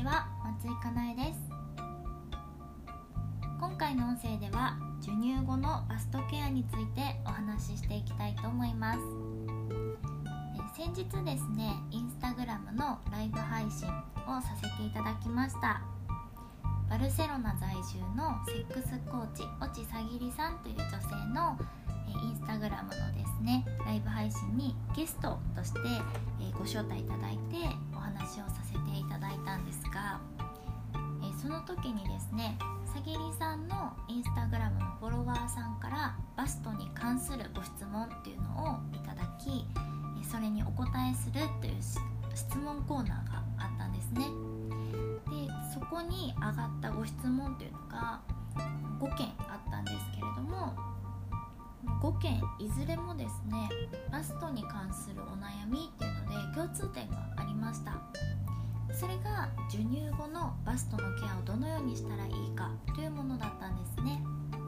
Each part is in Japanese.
は、松井かなえです。今回の音声では授乳後のバストケアについてお話ししていきたいと思います。先日ですね、インスタグラムのライブ配信をさせていただきました。バルセロナ在住のセックスコーチ越智さぎりさんという女性のインスタグラムのですねライブ配信にゲストとしてご招待いただいてお話をさせていただいたんですが、その時にですねさぎりさんのインスタグラムのフォロワーさんからバストに関するご質問っていうのをいただき、それにお答えするという質問コーナーがあったんですね。でそこに上がったご質問というのが5件あったんですけれども、5件いずれもですねバストに関するお悩みっていうので共通点がありました。それが授乳後のバストのケアをどのようにしたらいいかというものだったんですね。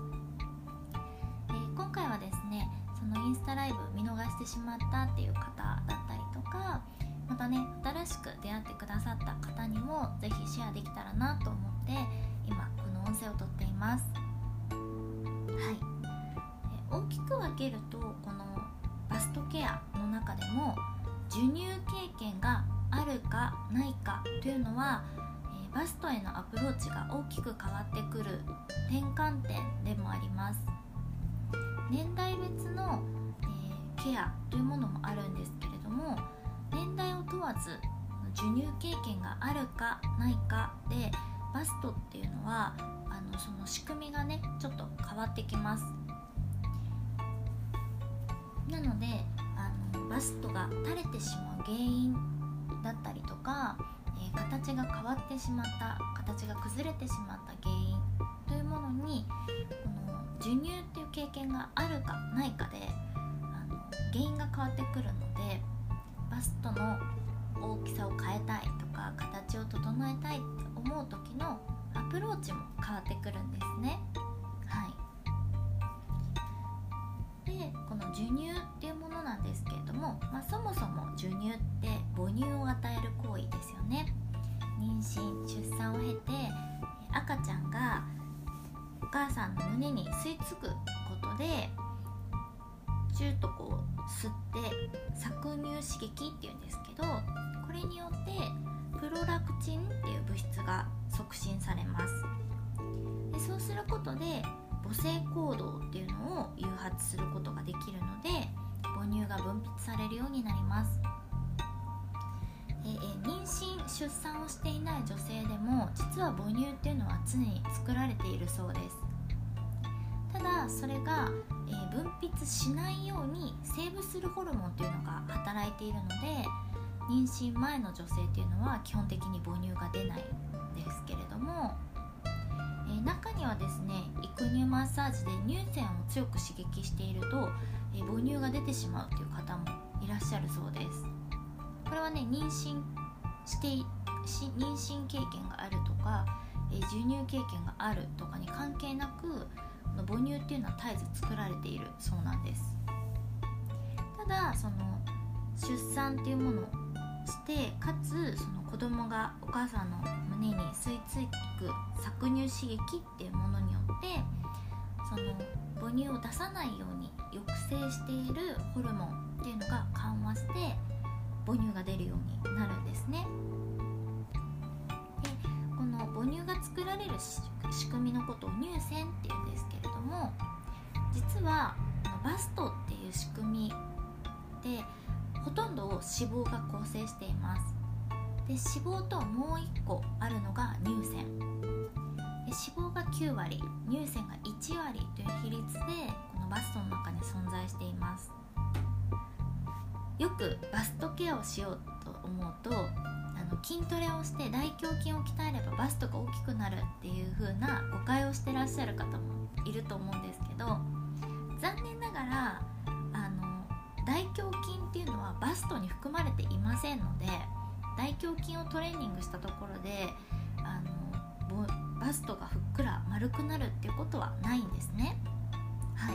今回はですねそのインスタライブ見逃してしまったっていう方だったりとか、またね新しく出会ってくださった方にもぜひシェアできたらなと思って今この音声をとっています。はい、大きく分けるとこのバストケアの中でも授乳経験があるかないかというのは、バストへのアプローチが大きく変わってくる転換点でもあります。年代別の、ケアというものもあるんですけれども、年代を問わず授乳経験があるかないかでバストっていうのはその仕組みがねちょっと変わってきます。なのでバストが垂れてしまう原因だったりとか、形が変わってしまった形が崩れてしまった原因というものにこの授乳っていう経験があるかないかで原因が変わってくるので、バストの大きさを変えたいとか形を整えたいって思う時のアプローチも変わってくるんですね。はい。でこの授乳っていうものなんですけれども、そもそも授乳って母乳を与える行為ですよね。妊娠出産を経て赤ちゃんがお母さんの胸に吸い付くことでチューとこう吸って搾乳刺激っていうんですけど、これによってプロラクチンっていう物質が促進されます。でそうすることで母性行動っていうのを誘発することができるので母乳が分泌されるようになります。妊娠出産をしていない女性でも実は母乳っていうのは常に作られているそうです。ただそれが、分泌しないようにセーブするホルモンっていうのが働いているので、妊娠前の女性っていうのは基本的に母乳が出ないんですけれども、中にはですね育乳マッサージで乳腺を強く刺激していると、母乳が出てしまうという方もいらっしゃるそうです。これはね妊娠経験があるとか、授乳経験があるとかに関係なく母乳っていうのは絶えず作られているそうなんです。ただその出産っていうものをしてかつその子供がお母さんの胸に吸い付く搾乳刺激っていうものによってその母乳を出さないように抑制しているホルモンっていうのが緩和して母乳が出るようになるんですね。でこの母乳が作られる仕組みのことを乳腺っていうんですけれども、実はバストっていう仕組みでほとんどを脂肪が構成しています。で脂肪ともう1個あるのが乳腺で、脂肪が9割乳腺が1割という比率でこのバストの中に存在しています。よくバストケアをしようと思うと筋トレをして大胸筋を鍛えればバストが大きくなるっていう風な誤解をしてらっしゃる方もいると思うんですけど、残念ながら大胸筋っていうのはバストに含まれていませんので、大胸筋をトレーニングしたところでバストがふっくら丸くなるっていうことはないんですね。はい。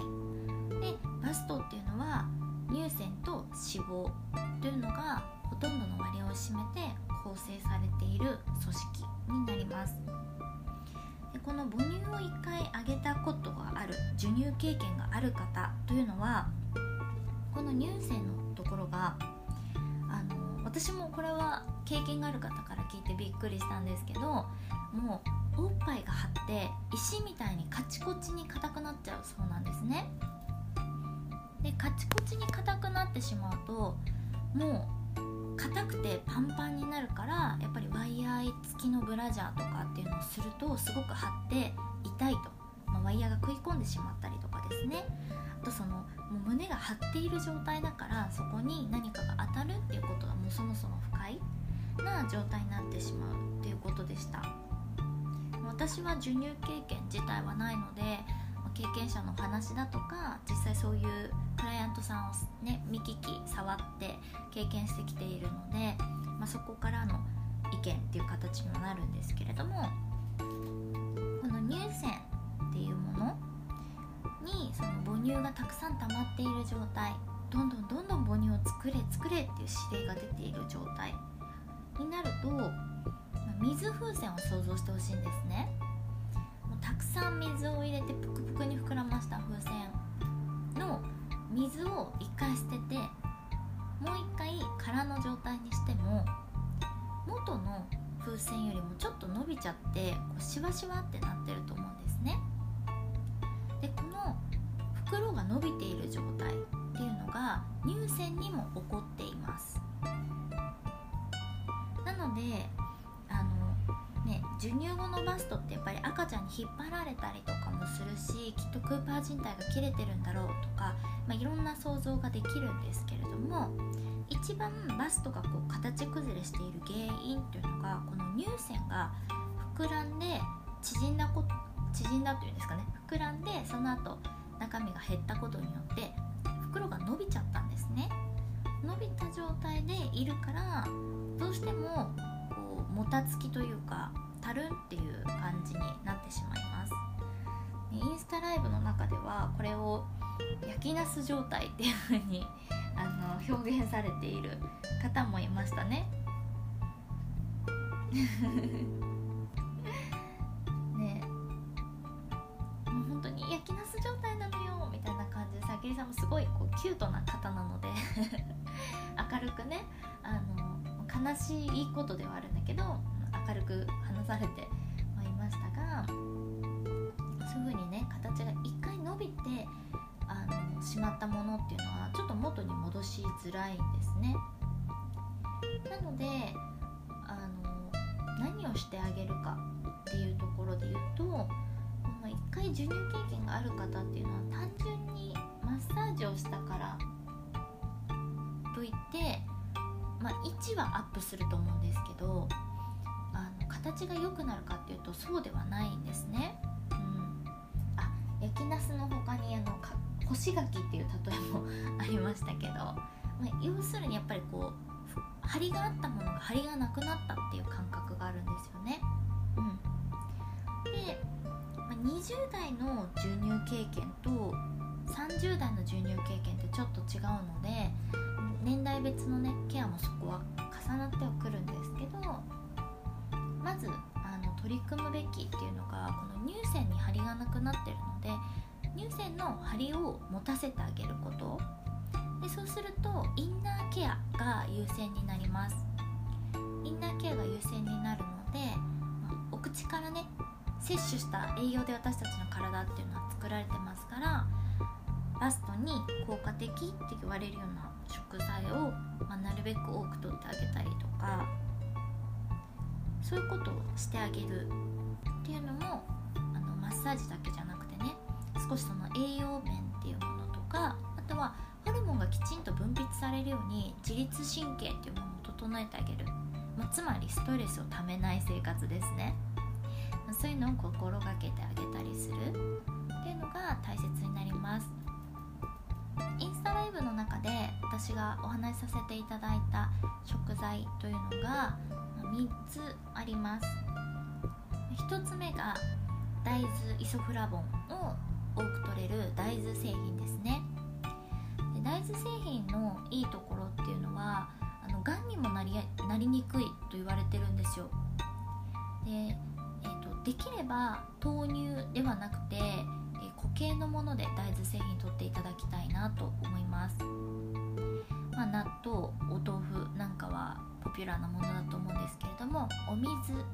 でバストっていうのは乳腺と脂肪というのがほとんどの割合を占めて構成されている組織になります。でこの母乳を1回あげたことがある、授乳経験がある方というのは、この乳腺のところが私もこれは経験がある方から聞いてびっくりしたんですけど、もうおっぱいが張って石みたいにカチコチに硬くなっちゃうそうなんですね。でカチコチに硬くなってしまうと、もう硬くてパンパンになるから、やっぱりワイヤー付きのブラジャーとかっていうのをするとすごく張って痛いと、ワイヤーが食い込んでしまったりとかですね。あともう胸が張っている状態だから、そこに何かが当たるっていうことがもうそもそも不快な状態になってしまうっていうことでした。私は授乳経験自体はないので、経験者の話だとか、実際そういうクライアントさんをね、見聞き触って経験してきているので、そこからの意見っていう形にはなるんですけれども、この乳腺っていうものにその母乳がたくさん溜まっている状態、どんどん母乳を作れっていう指令が出ている状態になると、水風船を想像してほしいんですね。もうたくさん水を入れてプクプクに膨らました風船の水を一回捨てて、もう一回空の状態にしても、元の風船よりもちょっと伸びちゃって、シワシワってなってると思うんですね。でこの袋が伸びている状態っていうのが乳腺にも起こっています。なので授乳後のバストってやっぱり赤ちゃんに引っ張られたりとかもするし、きっとクーパー靭帯が切れてるんだろうとか、いろんな想像ができるんですけれども、一番バストが形崩れしている原因というのが、この乳腺が膨らんで縮んだというんですかね、膨らんでその後中身が減ったことによって袋が伸びちゃったんですね。伸びた状態でいるから、どうしてももたつきというか、たるんっていう感じになってしまいます。インスタライブの中ではこれを焼きナス状態っていう風に表現されている方もいましたね。ねえ、もう本当に焼きナス状態なのよみたいな感じで、さきりさんもすごいキュートな方なので明るくね、悲しいことではあるんだけど明るく話されてはいましたが、そういう風にね、形が一回伸びてしまったものっていうのはちょっと元に戻しづらいんですね。なので何をしてあげるかっていうところで言うと、一回授乳経験がある方っていうのは単純にマッサージをしたからといって位置はアップすると思うんですけど、形が良くなるかっていうとそうではないんですね。焼きナスの他に干し柿っていう例えもありましたけど、要するにやっぱり張りがあったものが張りがなくなったっていう感覚があるんですよね。で、20代の授乳経験と30代の授乳経験ってちょっと違うので、年代別のねケアもそこは重なってはくるんですけど、まず取り組むべきっていうのが、この乳腺に張りがなくなってるので、乳腺の張りを持たせてあげることで、そうするとインナーケアが優先になります。インナーケアが優先になるので、お口からね摂取した栄養で私たちの体っていうのは作られてますから、バストに効果的って言われるような食材を、なるべく多く取ってあげたりとか、そういうことをしてあげるっていうのもマッサージだけじゃなくてね、少しその栄養面っていうものとか、あとはホルモンがきちんと分泌されるように自律神経っていうものを整えてあげる、つまりストレスをためない生活ですね。そういうのを心がけてあげたりするっていうのが大切になります。インスタライブの中で私がお話しさせていただいた食材というのが3つあります。1つ目が大豆イソフラボンを多く取れる大豆製品ですね。で大豆製品のいいところっていうのはがんにもなりにくいと言われてるんですよ。で、できれば豆乳ではなくて、固形のもので大豆製品取っていただきたいなと思います。納豆、お豆腐なんかはポピュラーなものだと思うんですけれども、お味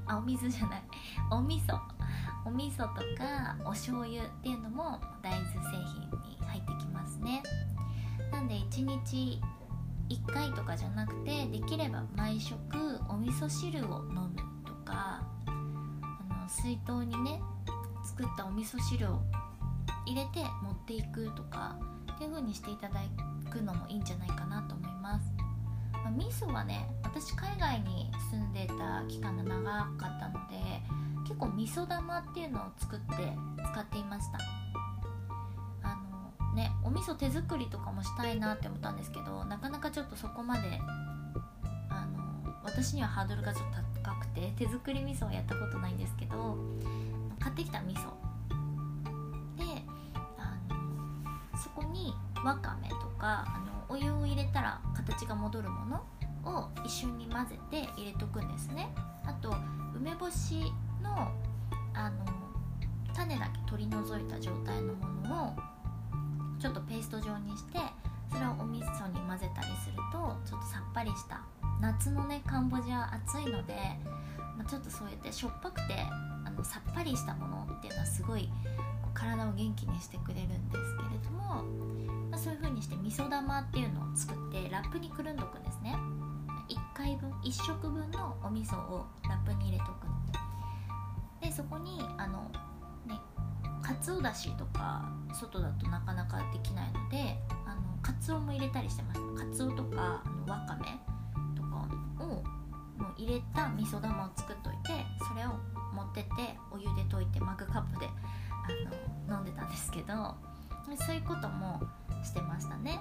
噌とかお醤油っていうのも大豆製品に入ってきますね。なんで1日1回とかじゃなくて、できれば毎食お味噌汁を飲むとか、水筒にね作ったお味噌汁を入れて持っていくとかっていう風にしていただくのもいいんじゃないかなと思います。味噌はね、私海外に住んでた期間が長かったので、結構味噌玉っていうのを作って使っていました。お味噌手作りとかもしたいなって思ったんですけど、なかなかちょっとそこまで私にはハードルがちょっと高くて、手作り味噌はやったことないんですけど、買ってきた味噌でそこにわかめとかお湯を入れたら形が戻るものを一緒に混ぜて入れとくんですね。あと梅干しの種だけ取り除いた状態のものをちょっとペースト状にして、それをお味噌に混ぜたりするとちょっとさっぱりした、夏のねカンボジア暑いので、ちょっとそうやってしょっぱくてさっぱりしたものっていうのはすごい体を元気にしてくれるんですけれども、そういう風にして味噌玉っていうのを作ってラップにくるんどくんですね。1食分のお味噌をラップに入れとくので、そこにかつおだしとか外だとなかなかできないので、かつおも入れたりしてます。かつおとかわかめとかをもう入れた味噌玉を作っといて、それを持ってってお湯で溶いてマグカップで飲んでたんですけど、そういうこともしてましたね。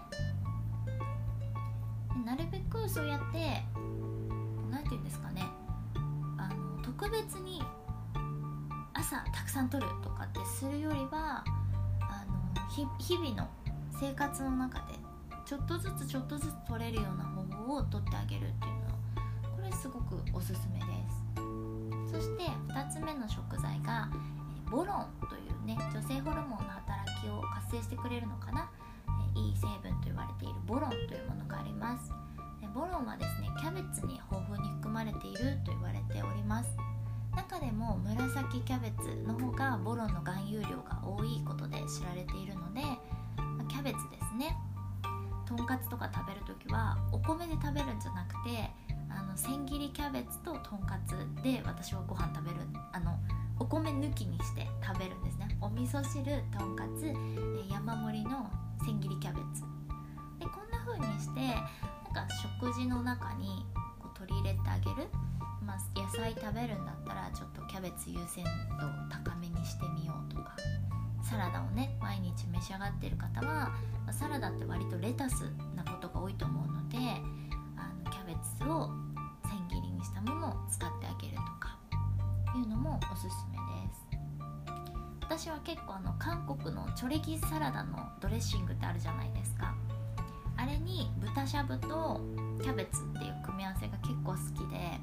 なるべくそうやってなんていうんですかね、特別に朝たくさん摂るとかってするよりは、日々の生活の中でちょっとずつ取れるような方法を取ってあげるっていうのは、これすごくおすすめです。そして2つ目の食材がボロンというね、女性ホルモンの働きを活性してくれるのかな、いい成分と言われているボロンというものがあります。ボロンはですね、キャベツに豊富に含まれていると言われております。中でも紫キャベツの方がボロンの含有量が多いことで知られているので、キャベツですね、とんかつとか食べるときはお米で食べるんじゃなくて、千切りキャベツととんかつで私はご飯食べる、お米抜きにして食べるんですね。お味噌汁、とんかつ、山盛りの千切りキャベツで、こんな風にして食事の中に取り入れてあげる。野菜食べるんだったらちょっとキャベツ優先度高めにしてみようとか、サラダをね毎日召し上がっている方は、サラダって割とレタスなことが多いと思うので、キャベツを千切りにしたものを使ってあげるとかいうのもおすすめです。私は結構韓国のチョレギサラダのドレッシングってあるじゃないですか。あれに豚しゃぶとキャベツっていう組み合わせが結構好きで、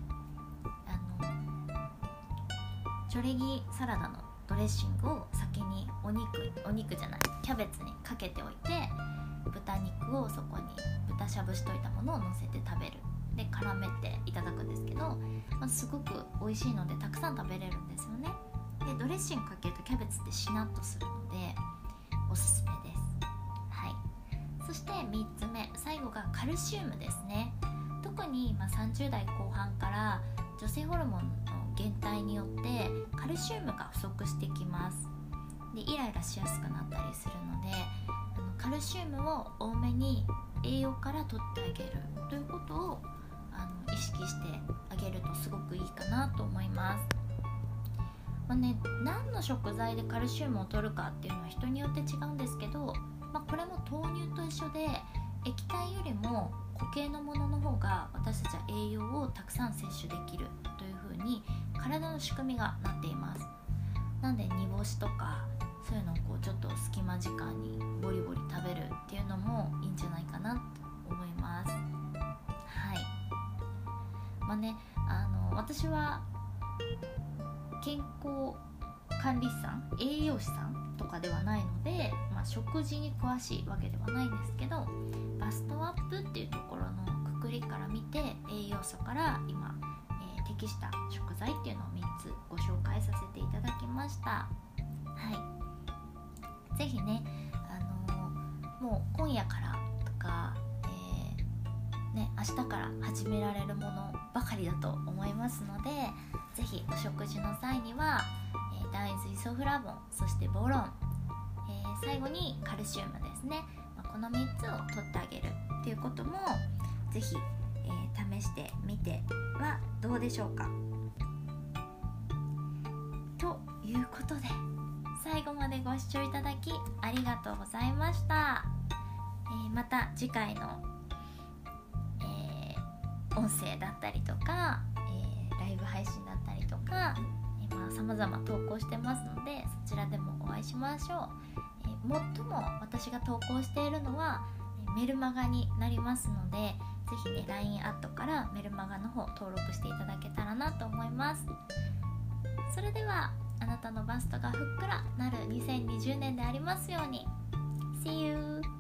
チョレギサラダのドレッシングを先にキャベツにかけておいて、豚肉をそこに豚しゃぶしといたものを乗せて食べるで絡めていただくんですけど、すごく美味しいのでたくさん食べれるんですよね。でドレッシングかけるとキャベツってしなっとするのでおすすめです。はい。そして3つ目、最後がカルシウムですね。特に30代後半から女性ホルモンの減退によってカルシウムが不足してきます。でイライラしやすくなったりするので、カルシウムを多めに栄養から取ってあげるということを意識してあげるとすごくいいかなと思います。何の食材でカルシウムを取るかっていうのは人によって違うんですけど、これも豆乳と一緒で、液体よりも固形のものの方が私たちは栄養をたくさん摂取できるというふうに体の仕組みがなっています。なんで煮干しとかそういうのをちょっと隙間時間にボリボリ食べるっていうのもいいんじゃないかなと思います。はい。 私は健康管理士さん、栄養士さんとかではないので、食事に詳しいわけではないんですけど、バストアップっていうところのくくりから見て、栄養素から今、適した食材っていうのを3つご紹介させていただきました。ぜひね、もう今夜からとか、明日から始められるものばかりだと思いますので、ぜひお食事の際には、大豆イソフラボン、そしてボロン、最後にカルシウムですね、この3つを取ってあげるっていうこともぜひ、試してみてはどうでしょうか。ということで、最後までご視聴いただきありがとうございました。また次回の、音声だったりとか、ライブ配信だったりとか、様々投稿してますので、そちらでもお会いしましょう。最も私が投稿しているのはメルマガになりますので、ぜひね LINE アットからメルマガの方登録していただけたらなと思います。それではあなたのバストがふっくらなる2020年でありますように。See you!